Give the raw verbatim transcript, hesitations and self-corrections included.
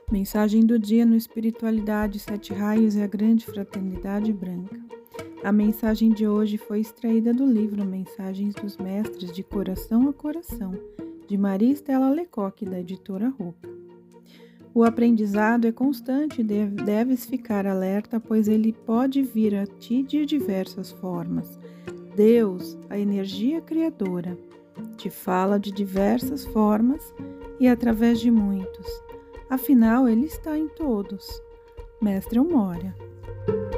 Mensagem do dia no Espiritualidade Sete Raios e a Grande Fraternidade Branca. A mensagem de hoje foi extraída do livro Mensagens dos Mestres de Coração a Coração, de Maria Estela Lecoque, da editora Roca. O aprendizado é constante e deve, deves ficar alerta, pois ele pode vir a ti de diversas formas. Deus, a energia criadora, te fala de diversas formas e através de muitos. Afinal, ele está em todos. Mestre Moria.